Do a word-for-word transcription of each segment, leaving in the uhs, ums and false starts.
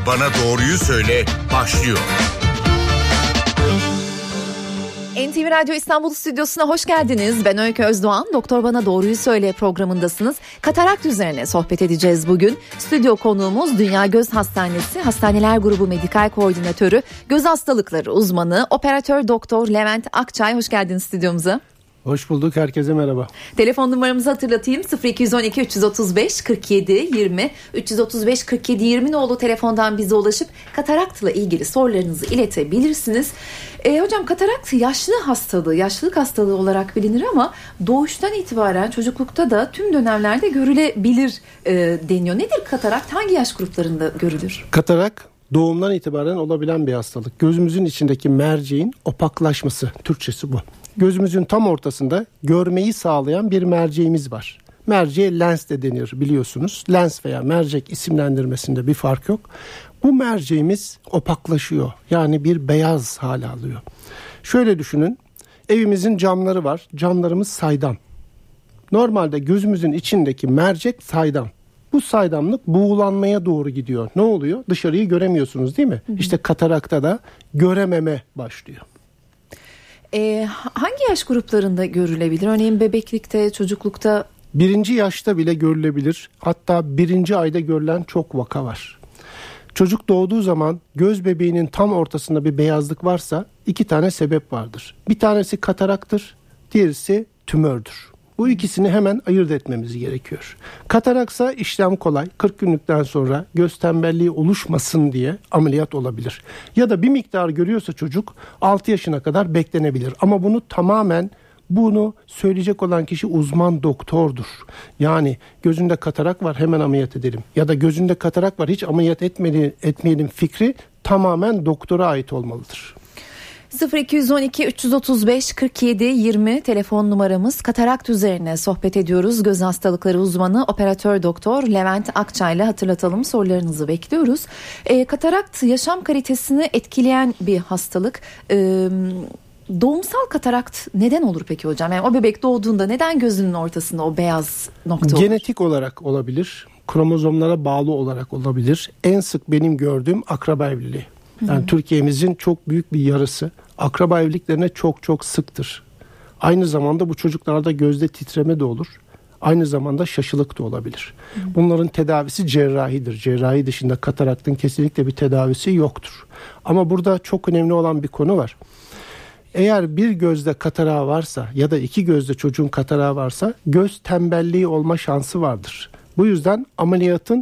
Bana Doğruyu Söyle başlıyor. N T V Radyo İstanbul Stüdyosu'na hoş geldiniz. Ben Öykü Özdoğan. Doktor Bana Doğruyu Söyle programındasınız. Katarakt üzerine sohbet edeceğiz bugün. Stüdyo konuğumuz Dünya Göz Hastanesi Hastaneler Grubu Medikal Koordinatörü, Göz Hastalıkları Uzmanı, Operatör Doktor Levent Akçay. Hoş geldiniz stüdyomuza. Hoş bulduk. Herkese merhaba. Telefon numaramızı hatırlatayım. sıfır iki on iki üç otuz beş kırk yedi yirmi üç otuz beş kırk yedi yirmi nolu telefondan bize ulaşıp kataraktla ilgili sorularınızı iletebilirsiniz. E, hocam katarakt yaşlı hastalığı, yaşlılık hastalığı olarak bilinir ama doğuştan itibaren çocuklukta da tüm dönemlerde görülebilir e, deniyor. Nedir katarakt? Hangi yaş gruplarında görülür? Katarak doğumdan itibaren olabilen bir hastalık. Gözümüzün içindeki merceğin opaklaşması. Türkçesi bu. Gözümüzün tam ortasında görmeyi sağlayan bir merceğimiz var. Merceğe lens de denir biliyorsunuz. Lens veya mercek isimlendirmesinde bir fark yok. Bu merceğimiz opaklaşıyor. Yani bir beyaz hale alıyor. Şöyle düşünün. Evimizin camları var. Camlarımız saydam. Normalde gözümüzün içindeki mercek saydam. Bu saydamlık buğulanmaya doğru gidiyor. Ne oluyor? Dışarıyı göremiyorsunuz değil mi? Hı hı. İşte katarakta da görememe başlıyor. Ee, hangi yaş gruplarında görülebilir? Örneğin bebeklikte, çocuklukta? Birinci yaşta bile görülebilir. Hatta birinci ayda görülen çok vaka var. Çocuk doğduğu zaman göz bebeğinin tam ortasında bir beyazlık varsa iki tane sebep vardır. Bir tanesi kataraktır, diğerisi tümördür. Bu ikisini hemen ayırt etmemiz gerekiyor. Kataraksa işlem kolay. kırk günlükten sonra göz tembelliği oluşmasın diye ameliyat olabilir. Ya da bir miktar görüyorsa çocuk altı yaşına kadar beklenebilir. Ama bunu tamamen bunu söyleyecek olan kişi uzman doktordur. Yani gözünde katarak var hemen ameliyat edelim. Ya da gözünde katarak var hiç ameliyat etmeli, etmeyelim fikri tamamen doktora ait olmalıdır. sıfır iki on iki üç otuz beş kırk yedi yirmi telefon numaramız. Katarakt üzerine sohbet ediyoruz. Göz hastalıkları uzmanı Operatör Doktor Levent Akçay'la hatırlatalım, sorularınızı bekliyoruz. E, katarakt yaşam kalitesini etkileyen bir hastalık. E, doğumsal katarakt neden olur peki hocam? Yani o bebek doğduğunda neden gözünün ortasında o beyaz nokta olur? Genetik olarak olabilir. Kromozomlara bağlı olarak olabilir. En sık benim gördüğüm akraba evliliği. Yani Türkiye'mizin çok büyük bir yarısı akraba evliliklerine çok çok sıktır. Aynı zamanda bu çocuklarda gözde titreme de olur. Aynı zamanda şaşılık da olabilir. Bunların tedavisi cerrahidir. Cerrahi dışında kataraktın kesinlikle bir tedavisi yoktur. Ama burada çok önemli olan bir konu var. Eğer bir gözde katarağı varsa ya da iki gözde çocuğun katarağı varsa göz tembelliği olma şansı vardır. Bu yüzden ameliyatın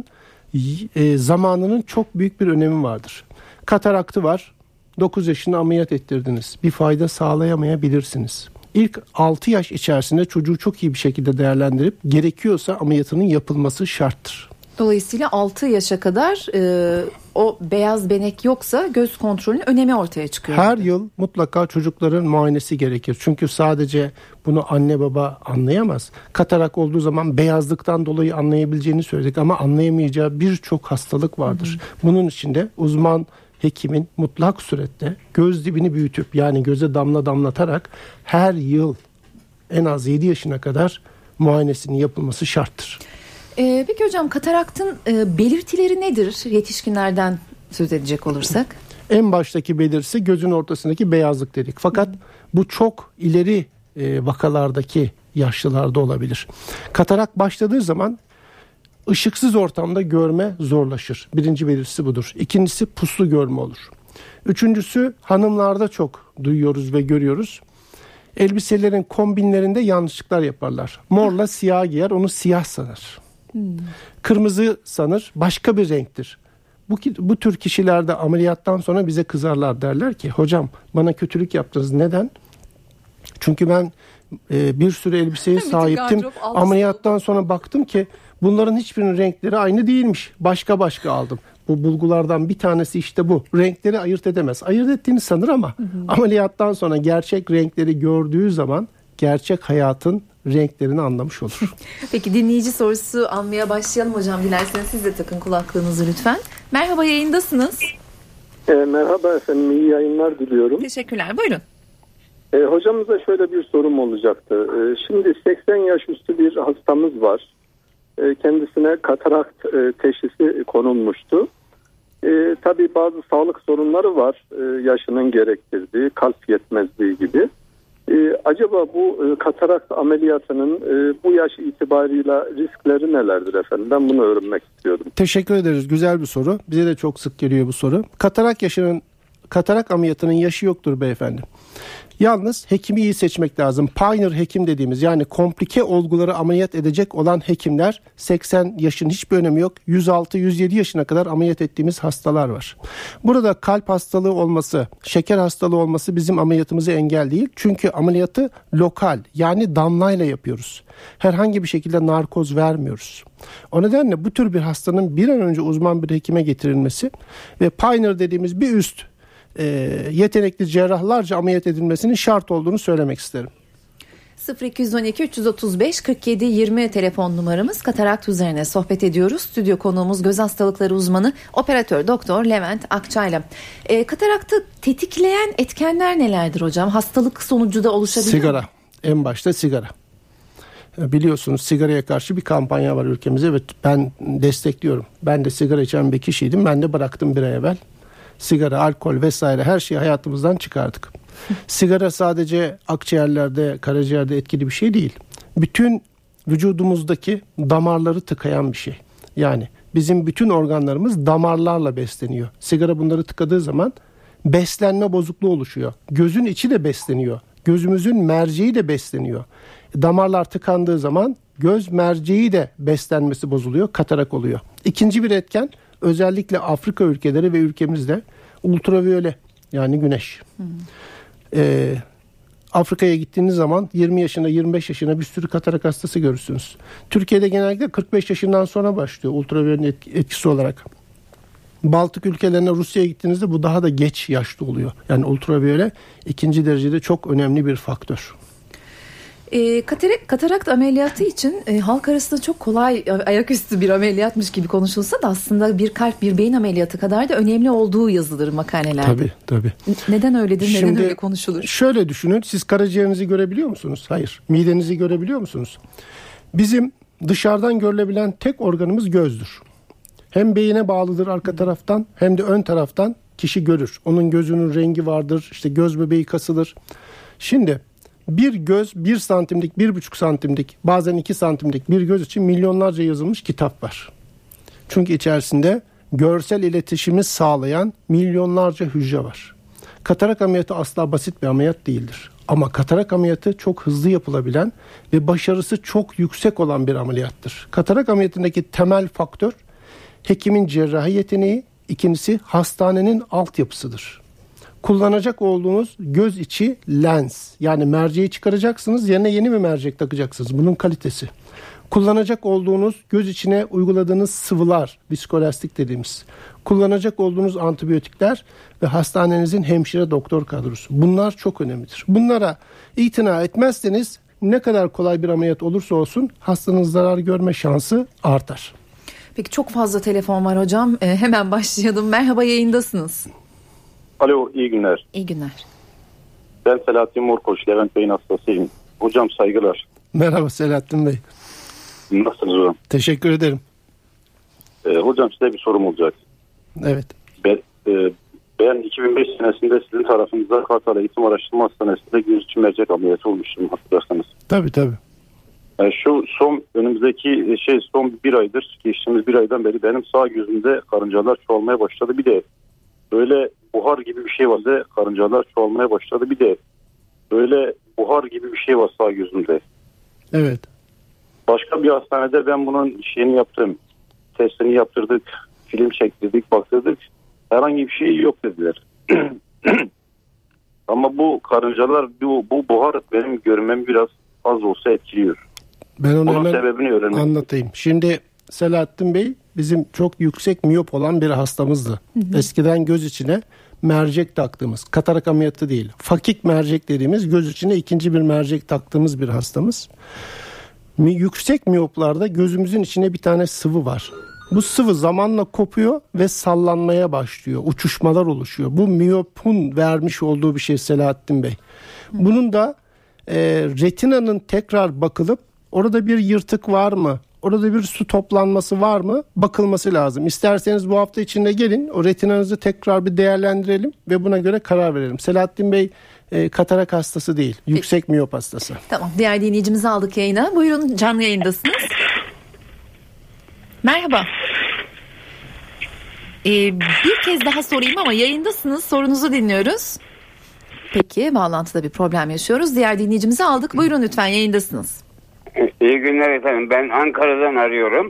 e, zamanının çok büyük bir önemi vardır. Kataraktı var. dokuz yaşında ameliyat ettirdiniz. Bir fayda sağlayamayabilirsiniz. İlk altı yaş içerisinde çocuğu çok iyi bir şekilde değerlendirip gerekiyorsa ameliyatının yapılması şarttır. Dolayısıyla altı yaşa kadar e, o beyaz benek yoksa göz kontrolünün önemi ortaya çıkıyor. Her yıl mutlaka çocukların muayenesi gerekir. Çünkü sadece bunu anne baba anlayamaz. Katarak olduğu zaman beyazlıktan dolayı anlayabileceğini söyledik ama anlayamayacağı birçok hastalık vardır. Hı hı. Bunun için de uzman hekimin mutlak surette göz dibini büyütüp yani göze damla damlatarak her yıl en az yedi yaşına kadar muayenesinin yapılması şarttır. Ee, peki hocam kataraktın e, belirtileri nedir yetişkinlerden söz edecek olursak? En baştaki belirtisi gözün ortasındaki beyazlık dedik. Fakat bu çok ileri e, vakalardaki yaşlılarda olabilir. Katarak başladığı zaman ışıksız ortamda görme zorlaşır. Birinci belirtisi budur. İkincisi puslu görme olur. Üçüncüsü hanımlarda çok duyuyoruz ve görüyoruz. Elbiselerin kombinlerinde yanlışlıklar yaparlar. Morla siyah giyer, onu siyah sanır. Hmm. Kırmızı sanır, başka bir renktir. Bu, bu tür kişilerde ameliyattan sonra bize kızarlar, derler ki hocam bana kötülük yaptınız. Neden? Çünkü ben e, bir sürü elbiseye sahiptim. Ameliyattan sonra baktım ki bunların hiçbirinin renkleri aynı değilmiş. Başka başka aldım. Bu bulgulardan bir tanesi işte bu. Renkleri ayırt edemez. Ayırt ettiğini sanır ama hı hı. ameliyattan sonra gerçek renkleri gördüğü zaman gerçek hayatın renklerini anlamış olur. Peki dinleyici sorusu almaya başlayalım hocam. Dilerseniz siz de takın kulaklığınızı lütfen. Merhaba, yayındasınız. E, merhaba efendim, iyi yayınlar diliyorum. Teşekkürler, buyurun. E, hocamıza şöyle bir sorum olacaktı. E, şimdi seksen yaş üstü bir hastamız var. E, kendisine katarakt e, teşhisi konulmuştu. E, tabii bazı sağlık sorunları var. E, yaşının gerektirdiği, kalp yetmezliği gibi. E, acaba bu e, katarakt ameliyatının e, bu yaş itibarıyla riskleri nelerdir efendim? Ben bunu öğrenmek istiyordum. Teşekkür ederiz. Güzel bir soru. Bize de çok sık geliyor bu soru. Katarak yaşının Katarak ameliyatının yaşı yoktur beyefendi. Yalnız hekimi iyi seçmek lazım. Pioneer hekim dediğimiz, yani komplike olguları ameliyat edecek olan hekimler seksen yaşın hiçbir önemi yok. yüz altı yüz yedi yaşına kadar ameliyat ettiğimiz hastalar var. Burada kalp hastalığı olması, şeker hastalığı olması bizim ameliyatımızı engel değil. Çünkü ameliyatı lokal, yani damlayla yapıyoruz. Herhangi bir şekilde narkoz vermiyoruz. O nedenle bu tür bir hastanın bir an önce uzman bir hekime getirilmesi ve Pioneer dediğimiz bir üst E, yetenekli cerrahlarca ameliyat edilmesinin şart olduğunu söylemek isterim. sıfır iki on iki üç otuz beş kırk yedi yirmi telefon numaramız. Katarakt üzerine sohbet ediyoruz. Stüdyo konuğumuz göz hastalıkları uzmanı operatör doktor Levent Akçay'la. E, kataraktı tetikleyen etkenler nelerdir hocam? Hastalık sonucu da oluşabilir mi? Sigara. En başta sigara. Biliyorsunuz sigaraya karşı bir kampanya var ülkemizde ve ben destekliyorum. Ben de sigara içen bir kişiydim. Ben de bıraktım bir ay evvel. Sigara, alkol vesaire her şeyi hayatımızdan çıkardık. Sigara sadece akciğerlerde, karaciğerde etkili bir şey değil. Bütün vücudumuzdaki damarları tıkayan bir şey. Yani bizim bütün organlarımız damarlarla besleniyor. Sigara bunları tıkadığı zaman beslenme bozukluğu oluşuyor. Gözün içi de besleniyor. Gözümüzün merceği de besleniyor. Damarlar tıkandığı zaman göz merceği de beslenmesi bozuluyor, katarak oluyor. İkinci bir etken, özellikle Afrika ülkeleri ve ülkemizde ultraviyole, yani güneş. Hmm. Ee, Afrika'ya gittiğiniz zaman yirmi yaşında yirmi beş yaşında bir sürü katarak hastası görürsünüz. Türkiye'de genellikle kırk beş yaşından sonra başlıyor ultraviyolenin etkisi olarak. Baltık ülkelerine, Rusya'ya gittiğinizde bu daha da geç yaşta oluyor. Yani ultraviyole ikinci derecede çok önemli bir faktör. E, katarakt, katarakt ameliyatı için e, halk arasında çok kolay, ayaküstü bir ameliyatmış gibi konuşulsa da aslında bir kalp bir beyin ameliyatı kadar da önemli olduğu yazılır makalelerde. Tabii tabii. Neden öyledir? Neden Şimdi, öyle konuşulur? Şöyle düşünün, siz karaciğerinizi görebiliyor musunuz? Hayır. Midenizi görebiliyor musunuz? Bizim dışarıdan görülebilen tek organımız gözdür. Hem beyine bağlıdır arka taraftan hem de ön taraftan kişi görür. Onun gözünün rengi vardır, işte göz bebeği kasılır. Şimdi bir göz bir santimlik, bir buçuk santimlik, bazen iki santimlik bir göz için milyonlarca yazılmış kitap var. Çünkü içerisinde görsel iletişimi sağlayan milyonlarca hücre var. Katarak ameliyatı asla basit bir ameliyat değildir. Ama katarak ameliyatı çok hızlı yapılabilen ve başarısı çok yüksek olan bir ameliyattır. Katarak ameliyatındaki temel faktör hekimin cerrahi yeteneği, ikincisi hastanenin altyapısıdır. Kullanacak olduğunuz göz içi lens, yani merceği çıkaracaksınız, yerine yeni bir mercek takacaksınız. Bunun kalitesi. Kullanacak olduğunuz göz içine uyguladığınız sıvılar, viskolastik dediğimiz. Kullanacak olduğunuz antibiyotikler ve hastanenizin hemşire doktor kadrosu. Bunlar çok önemlidir. Bunlara itina etmezseniz ne kadar kolay bir ameliyat olursa olsun hastanın zarar görme şansı artar. Peki çok fazla telefon var hocam. Ee, hemen başlayalım. Merhaba, yayındasınız. Alo, iyi günler. İyi günler. Ben Selahattin Morkoç, Levent Bey'in hastasıyım. Hocam saygılar. Merhaba Selahattin Bey. Nasılsınız hocam? Teşekkür ederim. Ee, hocam size bir sorum olacak. Evet. Ben, e, ben iki bin beş senesinde sizin tarafınızda Kartal Eğitim Araştırma Hastanesi'nde göz içi mercek ameliyatı olmuştum, hatırlarsanız. Tabii tabii. Yani şu son önümüzdeki şey son bir aydır, geçtiğimiz bir aydan beri benim sağ gözümde karıncalar çoğalmaya başladı. Bir de böyle buhar gibi bir şey vardı, karıncalar çoğalmaya başladı. Bir de böyle buhar gibi bir şey var sağ gözümde. Evet. Başka bir hastanede ben bunun şeyini yaptım. Testini yaptırdık, film çektirdik, baktırdık. Herhangi bir şey yok dediler. Ama bu karıncalar, bu, bu buhar benim görmemi biraz az olsa etkiliyor. Ben onu Bunun hemen sebebini öğrenmek anlatayım. Şimdi Selahattin Bey bizim çok yüksek miyop olan bir hastamızdı. Hı hı. Eskiden göz içine mercek taktığımız, katarak ameliyatı değil, fakik mercek dediğimiz göz içine ikinci bir mercek taktığımız bir hastamız. Yüksek miyoplarda gözümüzün içine bir tane sıvı var. Bu sıvı zamanla kopuyor ve sallanmaya başlıyor. Uçuşmalar oluşuyor. Bu miyopun vermiş olduğu bir şey Selahattin Bey. Bunun da e, retinanın tekrar bakılıp orada bir yırtık var mı, orada bir su toplanması var mı? Bakılması lazım. İsterseniz bu hafta içinde gelin. O retinanızı tekrar bir değerlendirelim ve buna göre karar verelim. Selahattin Bey e, katarak hastası değil. Yüksek Peki. miyop hastası. Tamam. Diğer dinleyicimizi aldık yayına. Buyurun, canlı yayındasınız. Merhaba. Ee, bir kez daha sorayım ama yayındasınız. Sorunuzu dinliyoruz. Peki, bağlantıda bir problem yaşıyoruz. Diğer dinleyicimizi aldık. Buyurun lütfen, yayındasınız. İyi günler efendim. Ben Ankara'dan arıyorum.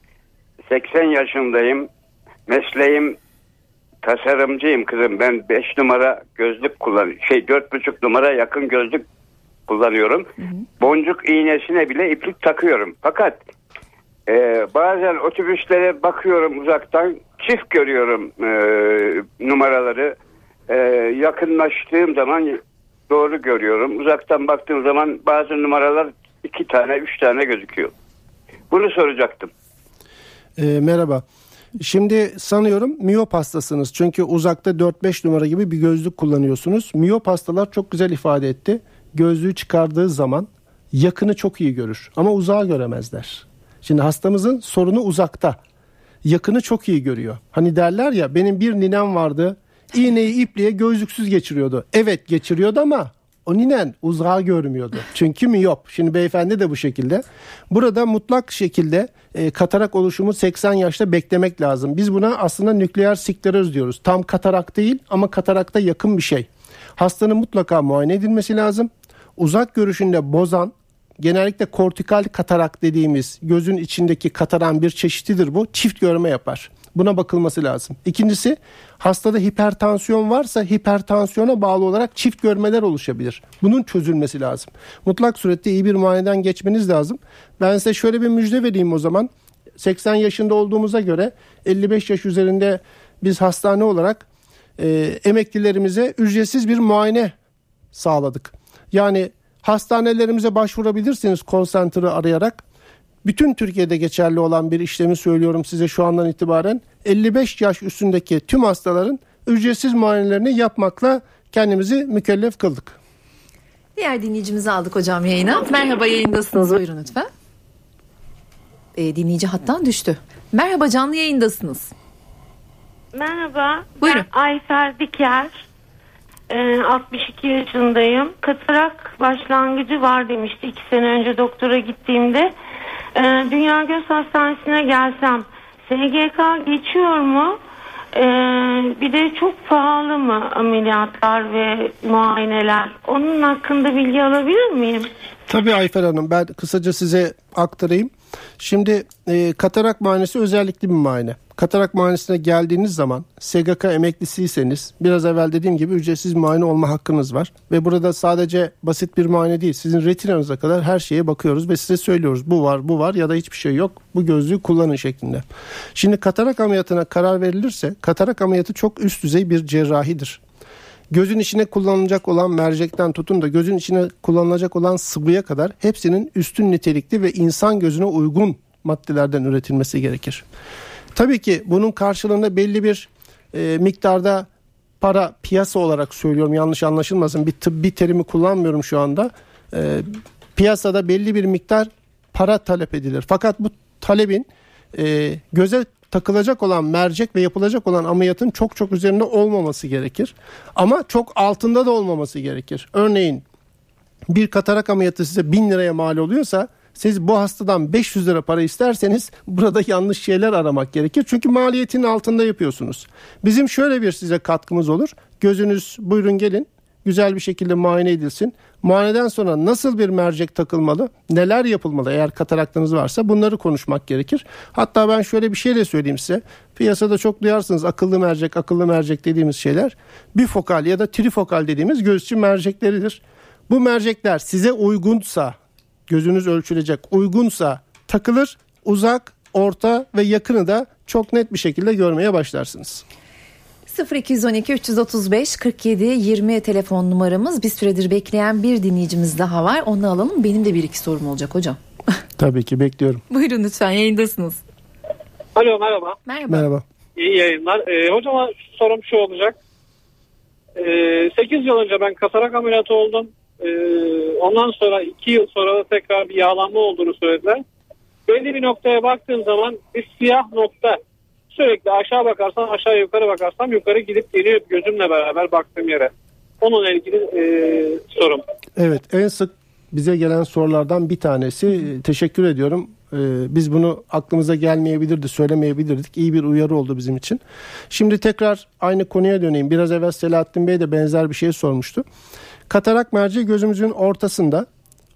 seksen yaşındayım. Mesleğim tasarımcıyım kızım. Ben beş numara gözlük kullanıyorum. Şey dört buçuk numara yakın gözlük kullanıyorum. Hı hı. Boncuk iğnesine bile iplik takıyorum. Fakat e, bazen otobüslere bakıyorum uzaktan. Çift görüyorum e, numaraları. E, yakınlaştığım zaman doğru görüyorum. Uzaktan baktığım zaman bazı numaralar iki tane, üç tane gözüküyor. Bunu soracaktım. E, merhaba. Şimdi sanıyorum miyop hastasınız. Çünkü uzakta dört beş numara gibi bir gözlük kullanıyorsunuz. Miyop hastalar çok güzel ifade etti. Gözlüğü çıkardığı zaman yakını çok iyi görür ama uzağı göremezler. Şimdi hastamızın sorunu uzakta. Yakını çok iyi görüyor. Hani derler ya, benim bir ninem vardı. İğneyi ipliğe gözlüksüz geçiriyordu. Evet geçiriyordu ama o ninen uzağı görmüyordu. Çünkü miyop. Şimdi beyefendi de bu şekilde. Burada mutlak şekilde e, katarak oluşumu seksen yaşta beklemek lazım. Biz buna aslında nükleer skleroz diyoruz. Tam katarak değil ama katarakta yakın bir şey. Hastanın mutlaka muayene edilmesi lazım. Uzak görüşünde bozan, genellikle kortikal katarak dediğimiz gözün içindeki kataran bir çeşididir bu. Çift görme yapar. Buna bakılması lazım. İkincisi, hastada hipertansiyon varsa hipertansiyona bağlı olarak çift görmeler oluşabilir. Bunun çözülmesi lazım. Mutlak surette iyi bir muayeneden geçmeniz lazım. Ben size şöyle bir müjde vereyim o zaman. seksen yaşında olduğumuza göre elli beş yaş üzerinde biz hastane olarak e, emeklilerimize ücretsiz bir muayene sağladık. Yani hastanelerimize başvurabilirsiniz call center'ı arayarak. Bütün Türkiye'de geçerli olan bir işlemi söylüyorum size şu andan itibaren. elli beş yaş üstündeki tüm hastaların ücretsiz muayenelerini yapmakla kendimizi mükellef kıldık. Diğer dinleyicimizi aldık hocam yayına. Merhaba, yayındasınız. Buyurun lütfen. Ee, dinleyici hattan düştü. Merhaba, canlı yayındasınız. Merhaba. Buyurun. Ben Ayfer Diker. Ee, altmış iki yaşındayım. Katarak başlangıcı var demişti iki sene önce doktora gittiğimde. Ee, Dünya Göz Hastanesi'ne gelsem S G K geçiyor mu? Ee, bir de çok pahalı mı ameliyatlar ve muayeneler? Onun hakkında bilgi alabilir miyim? Tabii Ayfer Hanım, ben kısaca size aktarayım. Şimdi e, katarak muayenesi özellikli bir muayene. Katarak muayenesine geldiğiniz zaman S G K emeklisiyseniz biraz evvel dediğim gibi ücretsiz muayene olma hakkınız var. Ve burada sadece basit bir muayene değil, sizin retinanıza kadar her şeye bakıyoruz ve size söylüyoruz bu var bu var ya da hiçbir şey yok, bu gözlüğü kullanın şeklinde. Şimdi katarak ameliyatına karar verilirse katarak ameliyatı çok üst düzey bir cerrahidir. Gözün içine kullanılacak olan mercekten tutun da gözün içine kullanılacak olan sıvıya kadar hepsinin üstün nitelikli ve insan gözüne uygun maddelerden üretilmesi gerekir. Tabii ki bunun karşılığında belli bir e, miktarda para, piyasa olarak söylüyorum, yanlış anlaşılmasın, bir tıbbi terimi kullanmıyorum şu anda. E, piyasada belli bir miktar para talep edilir. Fakat bu talebin e, göze takılacak olan mercek ve yapılacak olan ameliyatın çok çok üzerinde olmaması gerekir. Ama çok altında da olmaması gerekir. Örneğin bir katarak ameliyatı size bin liraya mal oluyorsa siz bu hastadan beş yüz lira para isterseniz burada yanlış şeyler aramak gerekir. Çünkü maliyetinin altında yapıyorsunuz. Bizim şöyle bir size katkımız olur. Gözünüz, buyurun gelin, güzel bir şekilde muayene edilsin. Muayeneden sonra nasıl bir mercek takılmalı, neler yapılmalı eğer kataraktınız varsa bunları konuşmak gerekir. Hatta ben şöyle bir şey de söyleyeyim size. Piyasada çok duyarsınız akıllı mercek, akıllı mercek dediğimiz şeyler. Bifokal ya da trifokal dediğimiz göz için mercekleridir. Bu mercekler size uygunsa, gözünüz ölçülecek, uygunsa takılır, uzak, orta ve yakını da çok net bir şekilde görmeye başlarsınız. sıfır iki on iki üç otuz beş kırk yedi yirmi telefon numaramız. Bir süredir bekleyen bir dinleyicimiz daha var. Onu alalım. Benim de bir iki sorum olacak hocam. Tabii ki bekliyorum. Buyurun lütfen, yayındasınız. Alo, merhaba. Merhaba. Merhaba. İyi yayınlar. Ee, hocama sorum şu olacak. Ee, sekiz yıl önce ben katarak ameliyatı oldum. Ee, ondan sonra iki yıl sonra da tekrar bir yağlanma olduğunu söylediler. Ve belli bir noktaya baktığım zaman bir siyah nokta. Sürekli aşağı bakarsam aşağı, yukarı bakarsam yukarı gidip geliyor gözümle beraber baktığım yere. Onunla ilgili e, sorum. Evet, en sık bize gelen sorulardan bir tanesi. Teşekkür ediyorum. Ee, biz bunu aklımıza gelmeyebilirdi, söylemeyebilirdik. İyi bir uyarı oldu bizim için. Şimdi tekrar aynı konuya döneyim. Biraz evvel Selahattin Bey de benzer bir şey sormuştu. Katarak merceği gözümüzün ortasında.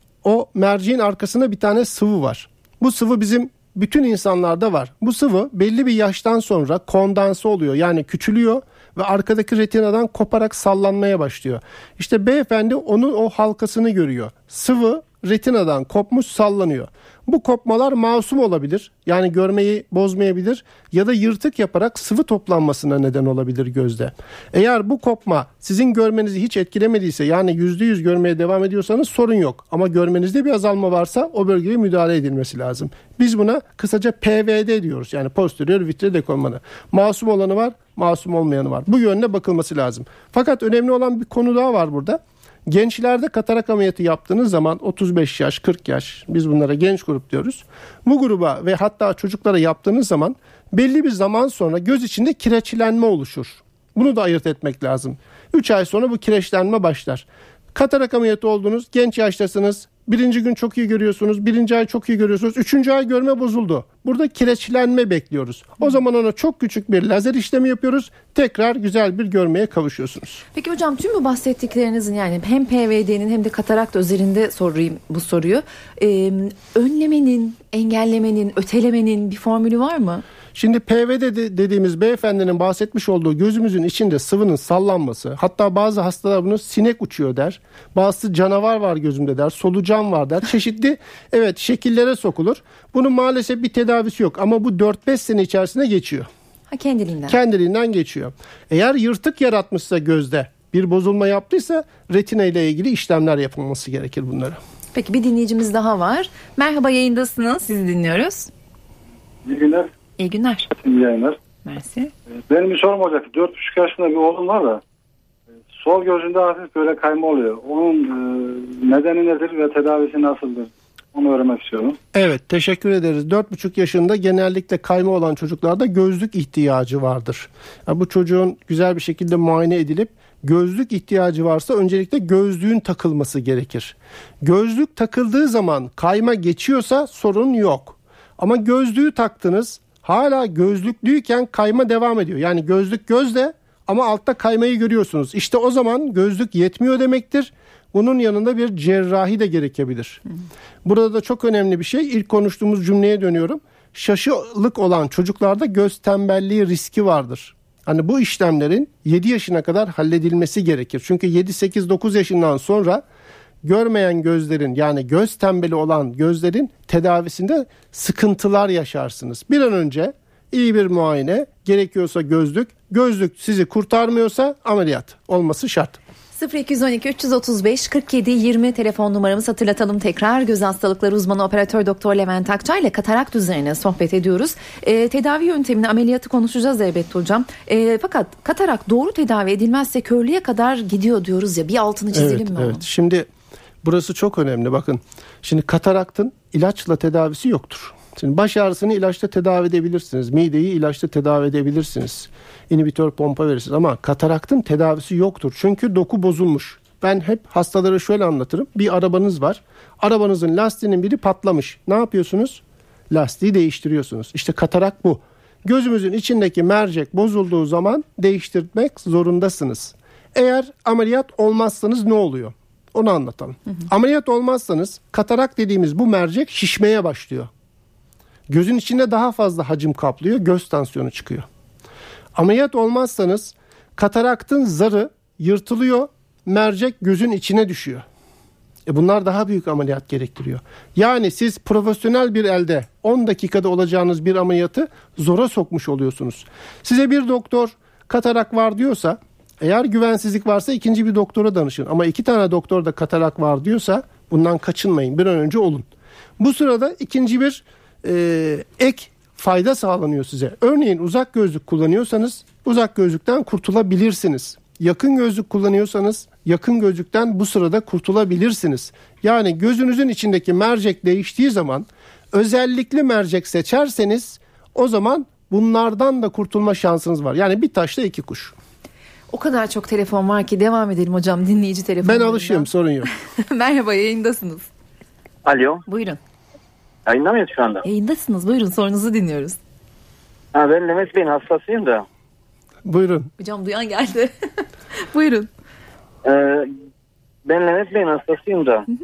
O merceğin arkasında bir tane sıvı var. Bu sıvı bizim bütün insanlarda var. Bu sıvı belli bir yaştan sonra kondanse oluyor. Yani küçülüyor ve arkadaki retinadan koparak sallanmaya başlıyor. İşte beyefendi onun o halkasını görüyor. Sıvı retinadan kopmuş, sallanıyor. Bu kopmalar masum olabilir. Yani görmeyi bozmayabilir ya da yırtık yaparak sıvı toplanmasına neden olabilir gözde. Eğer bu kopma sizin görmenizi hiç etkilemediyse, yani yüzde yüz görmeye devam ediyorsanız sorun yok. Ama görmenizde bir azalma varsa o bölgeye müdahale edilmesi lazım. Biz buna kısaca P V D diyoruz. Yani posterior vitreous dekolmanı. Masum olanı var, masum olmayanı var. Bu yönde bakılması lazım. Fakat önemli olan bir konu daha var burada. Gençlerde katarak ameliyatı yaptığınız zaman otuz beş yaş, kırk yaş, biz bunlara genç grup diyoruz. Bu gruba ve hatta çocuklara yaptığınız zaman belli bir zaman sonra göz içinde kireçlenme oluşur. Bunu da ayırt etmek lazım. üç ay sonra bu kireçlenme başlar. Katarak ameliyatı oldunuz, genç yaştasınız. Birinci gün çok iyi görüyorsunuz, birinci ay çok iyi görüyorsunuz, üçüncü ay görme bozuldu. Burada kireçlenme bekliyoruz. O zaman ona çok küçük bir lazer işlemi yapıyoruz. Tekrar güzel bir görmeye kavuşuyorsunuz. Peki hocam, tüm bu bahsettiklerinizin, yani hem P V D'nin hem de katarakt üzerinde sorayım bu soruyu. Ee, önlemenin, engellemenin, ötelemenin bir formülü var mı? Şimdi P V D dediğimiz beyefendinin bahsetmiş olduğu gözümüzün içinde sıvının sallanması, hatta bazı hastalar bunu sinek uçuyor der, bazısı canavar var gözümde der, solucan var der, çeşitli evet şekillere sokulur. Bunun maalesef bir tedavisi yok ama bu dört beş sene içerisinde geçiyor. Ha, kendiliğinden. Kendiliğinden geçiyor. Eğer yırtık yaratmışsa gözde, bir bozulma yaptıysa retina ile ilgili işlemler yapılması gerekir bunlara. Peki bir dinleyicimiz daha var. Merhaba, yayındasınız. Sizi dinliyoruz. İyi günler. İyi günler. İyi yayınlar. Mersi. Benim bir sorum olacak. dört buçuk yaşında bir oğlum var da sol gözünde hafif böyle kayma oluyor. Onun nedeni nedir ve tedavisi nasıldır? Onu öğrenmek istiyorum. Evet, teşekkür ederiz. dört buçuk yaşında genellikle kayma olan çocuklarda gözlük ihtiyacı vardır. Yani bu çocuğun güzel bir şekilde muayene edilip gözlük ihtiyacı varsa öncelikle gözlüğün takılması gerekir. Gözlük takıldığı zaman kayma geçiyorsa sorun yok. Ama gözlüğü taktınız, hala gözlüklüyken kayma devam ediyor. Yani gözlük gözde ama altta kaymayı görüyorsunuz. İşte o zaman gözlük yetmiyor demektir. Bunun yanında bir cerrahi de gerekebilir. Burada da çok önemli bir şey. İlk konuştuğumuz cümleye dönüyorum. Şaşılık olan çocuklarda göz tembelliği riski vardır. Hani bu işlemlerin yedi yaşına kadar halledilmesi gerekir. Çünkü yedi sekiz dokuz yaşından sonra görmeyen gözlerin, yani göz tembeli olan gözlerin tedavisinde sıkıntılar yaşarsınız. Bir an önce iyi bir muayene, gerekiyorsa gözlük, gözlük sizi kurtarmıyorsa ameliyat olması şart. sıfır iki on iki üç otuz beş kırk yedi yirmi telefon numaramız, hatırlatalım tekrar. Göz hastalıkları uzmanı operatör doktor Levent Akçay ile katarakt üzerine sohbet ediyoruz. E, tedavi yöntemini, ameliyatı konuşacağız elbette hocam. E, fakat katarak doğru tedavi edilmezse körlüğe kadar gidiyor diyoruz ya, bir altını çizelim evet, mi? Evet, onu? Şimdi burası çok önemli, bakın. Şimdi kataraktın ilaçla tedavisi yoktur. Şimdi baş ağrısını ilaçla tedavi edebilirsiniz. Mideyi ilaçla tedavi edebilirsiniz. İnhibitör pompa verirsiniz ama kataraktın tedavisi yoktur. Çünkü doku bozulmuş. Ben hep hastalara şöyle anlatırım. Bir arabanız var. Arabanızın lastiğinin biri patlamış. Ne yapıyorsunuz? Lastiği değiştiriyorsunuz. İşte katarak bu. Gözümüzün içindeki mercek bozulduğu zaman değiştirmek zorundasınız. Eğer ameliyat olmazsanız ne oluyor? Onu anlatalım. Hı hı. Ameliyat olmazsanız katarak dediğimiz bu mercek şişmeye başlıyor. Gözün içinde daha fazla hacim kaplıyor, göz tansiyonu çıkıyor. Ameliyat olmazsanız kataraktın zarı yırtılıyor, mercek gözün içine düşüyor. E bunlar daha büyük ameliyat gerektiriyor. Yani siz profesyonel bir elde on dakikada olacağınız bir ameliyatı zora sokmuş oluyorsunuz. Size bir doktor katarak var diyorsa, eğer güvensizlik varsa ikinci bir doktora danışın. Ama iki tane doktor da katarak var diyorsa bundan kaçınmayın, bir an önce olun. Bu sırada ikinci bir e, ek fayda sağlanıyor size. Örneğin uzak gözlük kullanıyorsanız uzak gözlükten kurtulabilirsiniz. Yakın gözlük kullanıyorsanız yakın gözlükten bu sırada kurtulabilirsiniz. Yani gözünüzün içindeki mercek değiştiği zaman özellikli mercek seçerseniz o zaman bunlardan da kurtulma şansınız var. Yani bir taşla iki kuş. O kadar çok telefon var ki devam edelim hocam, dinleyici telefonlarından. Ben alışığım, sorun yok. Merhaba, yayındasınız. Alo. Buyurun. Yayında mıyız şu anda? Yayındasınız, buyurun, sorunuzu dinliyoruz. Ha, ben Levent Bey'in hastasıyım da. Buyurun. Hocam duyan geldi. Buyurun. Ee, ben Levent Bey'in hastasıyım da. Hı hı.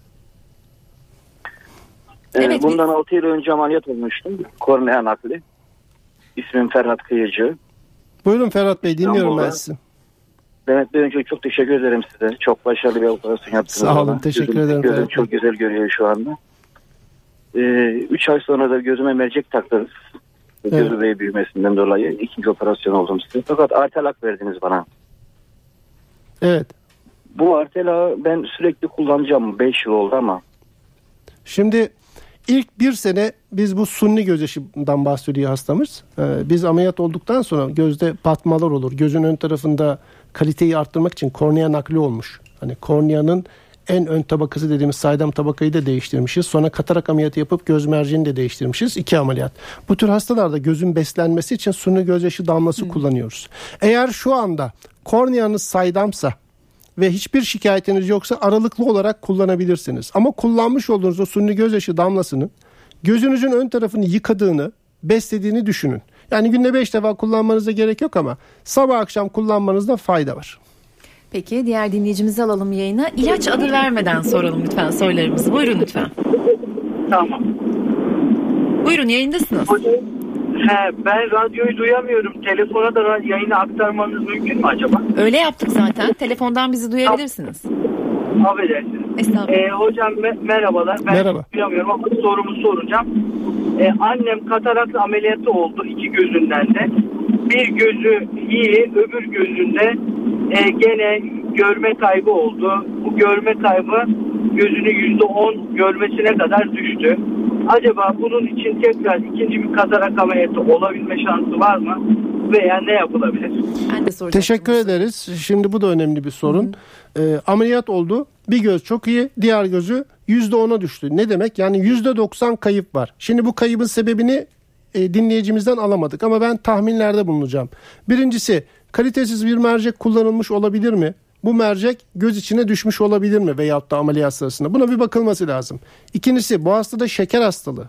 Ee, Evet, bundan altı yıl önce ameliyat olmuştum. Kornea nakli. İsmim Ferhat Kıyıcı. Buyurun Ferhat Bey, dinliyorum ben sizi. Levent Bey, önce çok teşekkür ederim size. Çok başarılı bir operasyon yaptınız. Sağ olun, bana. Teşekkür gözüm, ederim. Gözüm çok güzel görüyor şu anda. Ee, üç ay sonra da gözüme mercek taktınız. Evet. Gözü bey büyümesinden dolayı ikinci operasyon oldum size. Fakat artelak verdiniz bana. Evet. Bu artelağı ben sürekli kullanacağım. beş yıl oldu ama. Şimdi ilk bir sene biz bu sunni gözyaşından bahsediyor hastamız. Ee, biz ameliyat olduktan sonra gözde patmalar olur. Gözün ön tarafında kaliteyi arttırmak için kornea nakli olmuş. Hani korneanın en ön tabakası dediğimiz saydam tabakayı da değiştirmişiz. Sonra katarak ameliyatı yapıp göz merceğini de değiştirmişiz. İki ameliyat. Bu tür hastalarda gözün beslenmesi için sunni gözyaşı damlası hmm. kullanıyoruz. Eğer şu anda korneanız saydamsa ve hiçbir şikayetiniz yoksa aralıklı olarak kullanabilirsiniz. Ama kullanmış olduğunuz o sunni gözyaşı damlasının gözünüzün ön tarafını yıkadığını, beslediğini düşünün. Yani günde beş defa kullanmanıza gerek yok ama sabah akşam kullanmanızda fayda var. Peki diğer dinleyicimizi alalım yayına. İlaç adı vermeden soralım lütfen sorularımızı. Buyurun lütfen. Tamam. Buyurun, yayındasınız. He, ben radyoyu duyamıyorum. Telefona da yayını aktarmanız mümkün mü acaba? Öyle yaptık zaten. Telefondan bizi duyabilirsiniz. Affedersiniz. Estağfurullah. Ee, hocam me- merhabalar. Ben Merhaba. duyamıyorum ama sorumu soracağım. Ee, annem katarakt ameliyatı oldu iki gözünden de. Bir gözü iyi, öbür gözünde e, gene görme kaybı oldu. Bu görme kaybı gözünü yüzde on görmesine kadar düştü. Acaba bunun için tekrar ikinci bir katarak ameliyatı olabilme şansı var mı? Veya ne yapılabilir? Ben de Teşekkür ederiz. Şimdi bu da önemli bir sorun. Ee, ameliyat oldu. Bir göz çok iyi, diğer gözü yüzde ona düştü. Ne demek? Yani yüzde doksan kayıp var. Şimdi bu kaybın sebebini e, dinleyicimizden alamadık ama ben tahminlerde bulunacağım. Birincisi, kalitesiz bir mercek kullanılmış olabilir mi? Bu mercek göz içine düşmüş olabilir mi veyahut da ameliyat sırasında? Buna bir bakılması lazım. İkincisi, bu hastada şeker hastalığı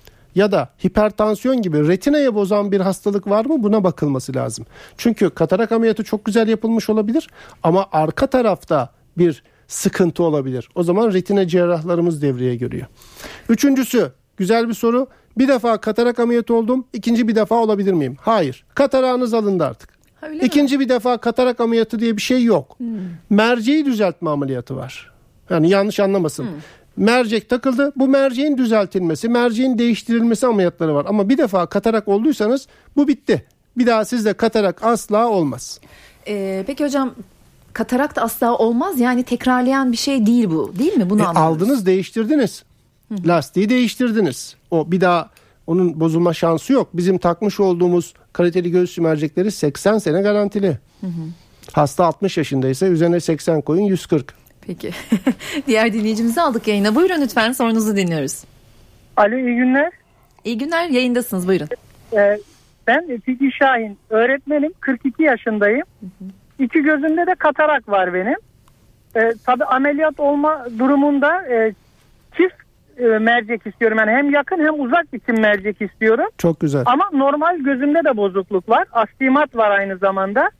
ya da hipertansiyon gibi retinayı bozan bir hastalık var mı? Buna bakılması lazım. Çünkü katarak ameliyatı çok güzel yapılmış olabilir ama arka tarafta bir sıkıntı olabilir. O zaman retina cerrahlarımız devreye giriyor. Üçüncüsü, güzel bir soru. Bir defa katarak ameliyatı oldum, ikinci bir defa olabilir miyim? Hayır. Katarağınız alındı artık. Öyle İkinci mi? bir defa katarak ameliyatı diye bir şey yok. Hmm. Merceği düzeltme ameliyatı var. Yani yanlış anlamasın. Hmm. Mercek takıldı. Bu merceğin düzeltilmesi, merceğin değiştirilmesi ameliyatları var. Ama bir defa katarak olduysanız bu bitti. Bir daha sizde katarak asla olmaz. Ee, peki hocam, katarakt asla olmaz. Yani tekrarlayan bir şey değil bu. Değil mi? Bunu e, aldınız, değiştirdiniz. Hı. Lastiği değiştirdiniz. O bir daha onun bozulma şansı yok. Bizim takmış olduğumuz kaliteli göğüs mercekleri seksen sene garantili. Hı hı. Hasta altmış yaşındaysa üzerine seksen koyun, yüz kırk. Peki. Diğer dinleyicimizi aldık yayına. Buyurun lütfen, sorunuzu dinliyoruz. Alo, iyi günler. İyi günler, yayındasınız, buyurun. Ee, ben Fikri Şahin, öğretmenim, kırk iki yaşındayım. Hı hı. İki gözümde de katarak var benim. Ee, tabii ameliyat olma durumunda e, çift e, mercek istiyorum. Yani hem yakın hem uzak biçim mercek istiyorum. Çok güzel. Ama normal gözümde de bozukluk var. Astigmat var aynı zamanda.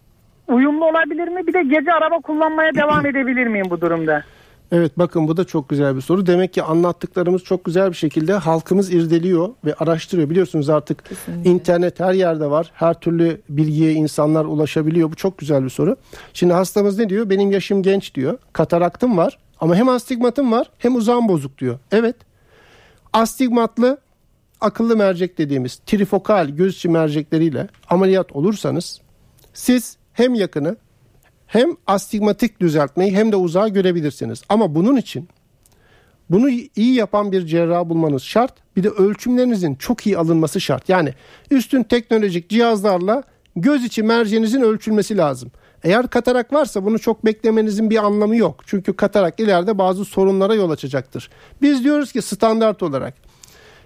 Uyumlu olabilir mi? Bir de gece araba kullanmaya devam edebilir miyim bu durumda? Evet, bakın bu da çok güzel bir soru. Demek ki anlattıklarımız çok güzel bir şekilde halkımız irdeliyor ve araştırıyor. Biliyorsunuz artık kesinlikle internet her yerde var. Her türlü bilgiye insanlar ulaşabiliyor. Bu çok güzel bir soru. Şimdi hastamız ne diyor? Benim yaşım genç diyor. Kataraktım var ama hem astigmatım var hem uzağım bozuk diyor. Evet. Astigmatlı akıllı mercek dediğimiz trifokal göz içi mercekleriyle ameliyat olursanız siz hem yakını hem astigmatik düzeltmeyi hem de uzağı görebilirsiniz. Ama bunun için bunu iyi yapan bir cerrah bulmanız şart. Bir de ölçümlerinizin çok iyi alınması şart. Yani üstün teknolojik cihazlarla göz içi merceğinizin ölçülmesi lazım. Eğer katarak varsa bunu çok beklemenizin bir anlamı yok. Çünkü katarak ileride bazı sorunlara yol açacaktır. Biz diyoruz ki standart olarak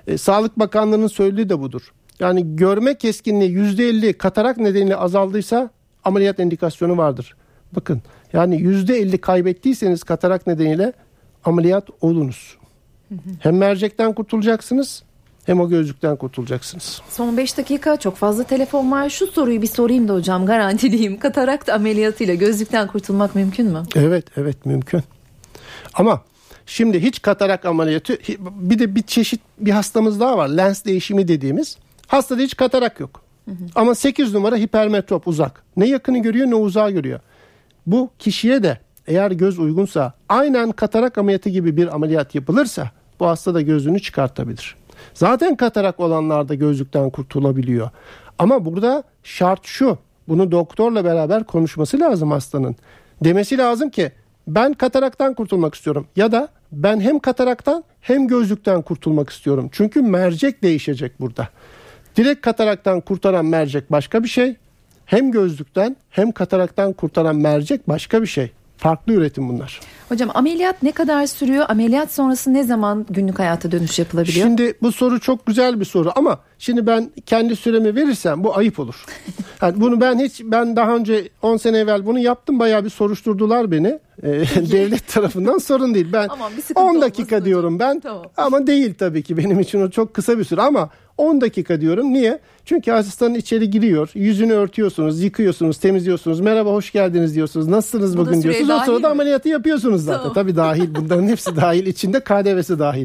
E, Sağlık Bakanlığı'nın söylediği de budur. Yani görme keskinliği yüzde elli katarak nedeniyle azaldıysa ameliyat indikasyonu vardır. Bakın yani yüzde elli kaybettiyseniz katarak nedeniyle ameliyat olunuz. Hem mercekten kurtulacaksınız hem o gözlükten kurtulacaksınız. Son beş dakika, çok fazla telefon var. Şu soruyu bir sorayım da hocam, garantiliyim. Katarakt ameliyatıyla gözlükten kurtulmak mümkün mü? Evet evet mümkün. Ama şimdi hiç katarak ameliyatı, bir de bir çeşit bir hastamız daha var. Lens değişimi dediğimiz. Hastada hiç katarak yok. Hı hı. Ama sekiz numara hipermetrop, uzak. Ne yakını görüyor ne uzağı görüyor. Bu kişiye de eğer göz uygunsa, aynen katarak ameliyatı gibi bir ameliyat yapılırsa bu hasta da gözünü çıkartabilir. Zaten katarak olanlar da gözlükten kurtulabiliyor. Ama burada şart şu. Bunu doktorla beraber konuşması lazım hastanın. Demesi lazım ki ben kataraktan kurtulmak istiyorum. Ya da ben hem kataraktan hem gözlükten kurtulmak istiyorum. Çünkü mercek değişecek burada. Direkt kataraktan kurtaran mercek başka bir şey. Hem gözlükten hem kataraktan kurtaran mercek başka bir şey. Farklı üretim bunlar. Hocam ameliyat ne kadar sürüyor? Ameliyat sonrası ne zaman günlük hayata dönüş yapılabiliyor? Şimdi bu soru çok güzel bir soru ama şimdi ben kendi süremi verirsem bu ayıp olur. Yani bunu ben hiç ben daha önce on sene evvel bunu yaptım. Bayağı bir soruşturdular beni. Ee, devlet tarafından, sorun değil. Ben on dakika diyorum ben. Tamam. Ama değil tabii ki, benim için o çok kısa bir süre ama on dakika diyorum. Niye? Çünkü asistanın içeri giriyor. Yüzünü örtüyorsunuz, yıkıyorsunuz, temizliyorsunuz. Merhaba, hoş geldiniz diyorsunuz. Nasılsınız bu bugün diyorsunuz. O sırada ameliyatı yapıyorsunuz zaten. Tamam. Tabii dahil. Bunların hepsi dahil. İçinde K D V'si dahil.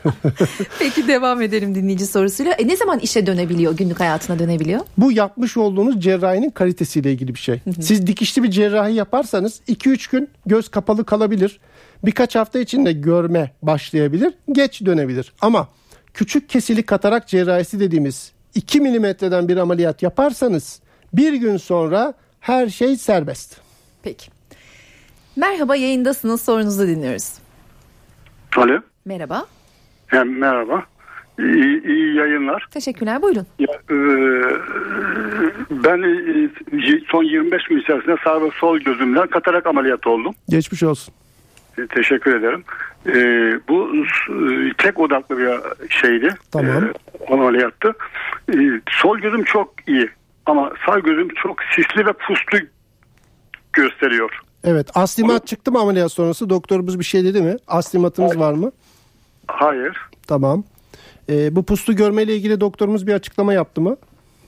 Peki devam edelim dinleyici sorusuyla. E, ne zaman işe dönebiliyor, günlük hayatına dönebiliyor? Bu yapmış olduğunuz cerrahinin kalitesiyle ilgili bir şey. Siz dikişli bir cerrahi yaparsanız iki üç gün göz kapalı kalabilir. Birkaç hafta içinde görme başlayabilir. Geç dönebilir. Ama küçük kesili katarak cerrahisi dediğimiz iki milimetreden bir ameliyat yaparsanız bir gün sonra her şey serbest. Peki. Merhaba, yayındasınız, sorunuzu dinliyoruz. Alo. Merhaba. He, merhaba. İyi, iyi yayınlar. Teşekkürler, buyurun. Ya, e, ben e, son yirmi beş gün içerisinde sağ ve sol gözümden katarak ameliyatı oldum. Geçmiş olsun. E, teşekkür ederim. E, bu e, tek odaklı bir şeydi. Tamam. E, ameliyattı. E, sol gözüm çok iyi ama sağ gözüm çok sisli ve puslu gösteriyor. Evet. Astigmat o... çıktı mı ameliyat sonrası? Doktorumuz bir şey dedi mi? Astigmatınız Hayır. var mı? Hayır. Tamam. Ee, bu puslu görmeyle ilgili doktorumuz bir açıklama yaptı mı?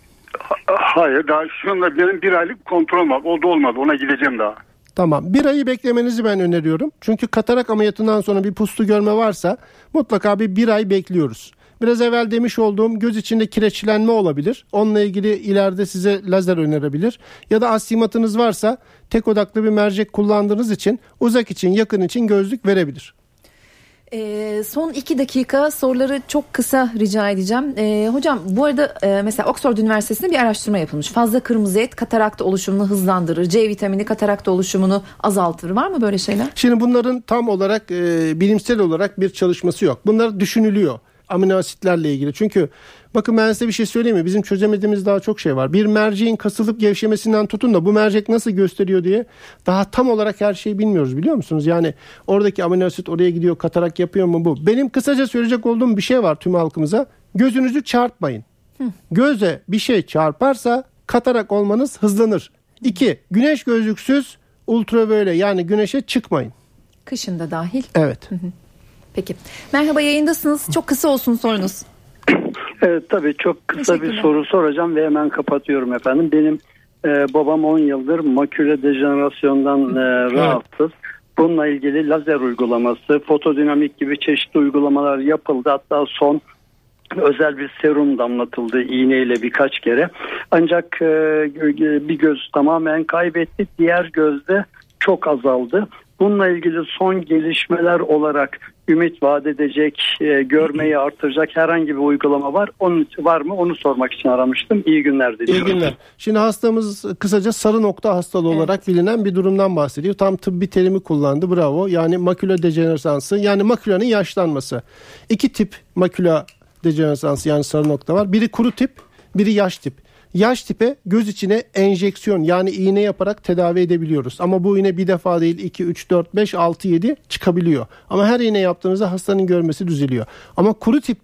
Hayır. Daha şu anda benim bir aylık kontrol var. O da olmadı. Ona gideceğim daha. Tamam. Bir ayı beklemenizi ben öneriyorum. Çünkü katarak ameliyatından sonra bir puslu görme varsa mutlaka bir bir ay bekliyoruz. Biraz evvel demiş olduğum göz içinde kireçlenme olabilir. Onunla ilgili ileride size lazer önerebilir. Ya da astigmatınız varsa tek odaklı bir mercek kullandığınız için uzak için, yakın için gözlük verebilir. Ee, son iki dakika soruları çok kısa rica edeceğim. Ee, hocam bu arada e, mesela Oxford Üniversitesi'nde bir araştırma yapılmış. Fazla kırmızı et katarakt oluşumunu hızlandırır. C vitamini katarakt oluşumunu azaltır. Var mı böyle şeyler? Şimdi bunların tam olarak e, bilimsel olarak bir çalışması yok. Bunlar düşünülüyor. Amino asitlerle ilgili. Çünkü bakın ben size bir şey söyleyeyim mi? Bizim çözemediğimiz daha çok şey var. Bir merceğin kasılıp gevşemesinden tutun da bu mercek nasıl gösteriyor diye daha tam olarak her şeyi bilmiyoruz, biliyor musunuz? Yani oradaki amino asit oraya gidiyor, katarak yapıyor mu bu? Benim kısaca söyleyecek olduğum bir şey var tüm halkımıza. Gözünüzü çarpmayın. Hı. Göze bir şey çarparsa katarak olmanız hızlanır. İki, güneş gözlüksüz ultraviyole yani güneşe çıkmayın. Kışında dahil. Evet. Hı hı. Peki. Merhaba, yayındasınız. Çok kısa olsun sorunuz. Evet tabii çok kısa bir soru soracağım ve hemen kapatıyorum efendim. Benim e, babam on yıldır maküle dejenerasyondan e, rahatsız. Bununla ilgili lazer uygulaması, fotodinamik gibi çeşitli uygulamalar yapıldı. Hatta son özel bir serum damlatıldı iğneyle birkaç kere. Ancak e, bir göz tamamen kaybetti. Diğer gözde çok azaldı. Bununla ilgili son gelişmeler olarak ümit vaat edecek, e, görmeyi artıracak herhangi bir uygulama var. Onun var mı? Onu sormak için aramıştım. İyi günler diliyorum. İyi günler. Şimdi hastamız kısaca sarı nokta hastalığı evet. olarak bilinen bir durumdan bahsediyor. Tam tıbbi terimi kullandı. Bravo. Yani maküla dejeneransı, yani makülanın yaşlanması. İki tip maküla dejeneransı yani sarı nokta var. Biri kuru tip, biri yaş tip. Yaş tipe göz içine enjeksiyon yani iğne yaparak tedavi edebiliyoruz. Ama bu iğne bir defa değil iki, üç, dört, beş, altı, yedi çıkabiliyor. Ama her iğne yaptığınızda hastanın görmesi düzeliyor. Ama kuru tipte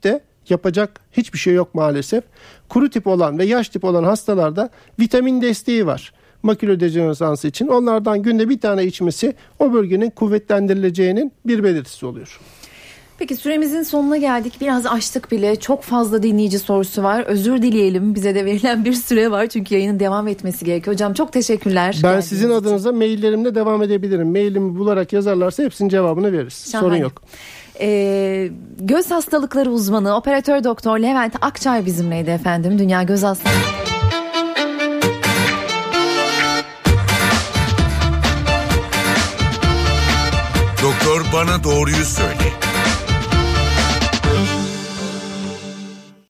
yapacak hiçbir şey yok maalesef. Kuru tip olan ve yaş tip olan hastalarda vitamin desteği var. Maküle dejenerasyonu için onlardan günde bir tane içmesi o bölgenin kuvvetlendirileceğinin bir belirtisi oluyor. Peki süremizin sonuna geldik. Biraz açtık bile. Çok fazla dinleyici sorusu var. Özür dileyelim. Bize de verilen bir süre var. Çünkü yayının devam etmesi gerekiyor. Hocam çok teşekkürler. Ben sizin adınıza için. maillerimle devam edebilirim. Mailimi bularak yazarlarsa hepsinin cevabını veririz. Şahane. Sorun yok. Ee, göz hastalıkları uzmanı operatör doktor Levent Akçay bizimleydi efendim. Dünya Göz Hastalığı. Doktor bana doğruyu söyle.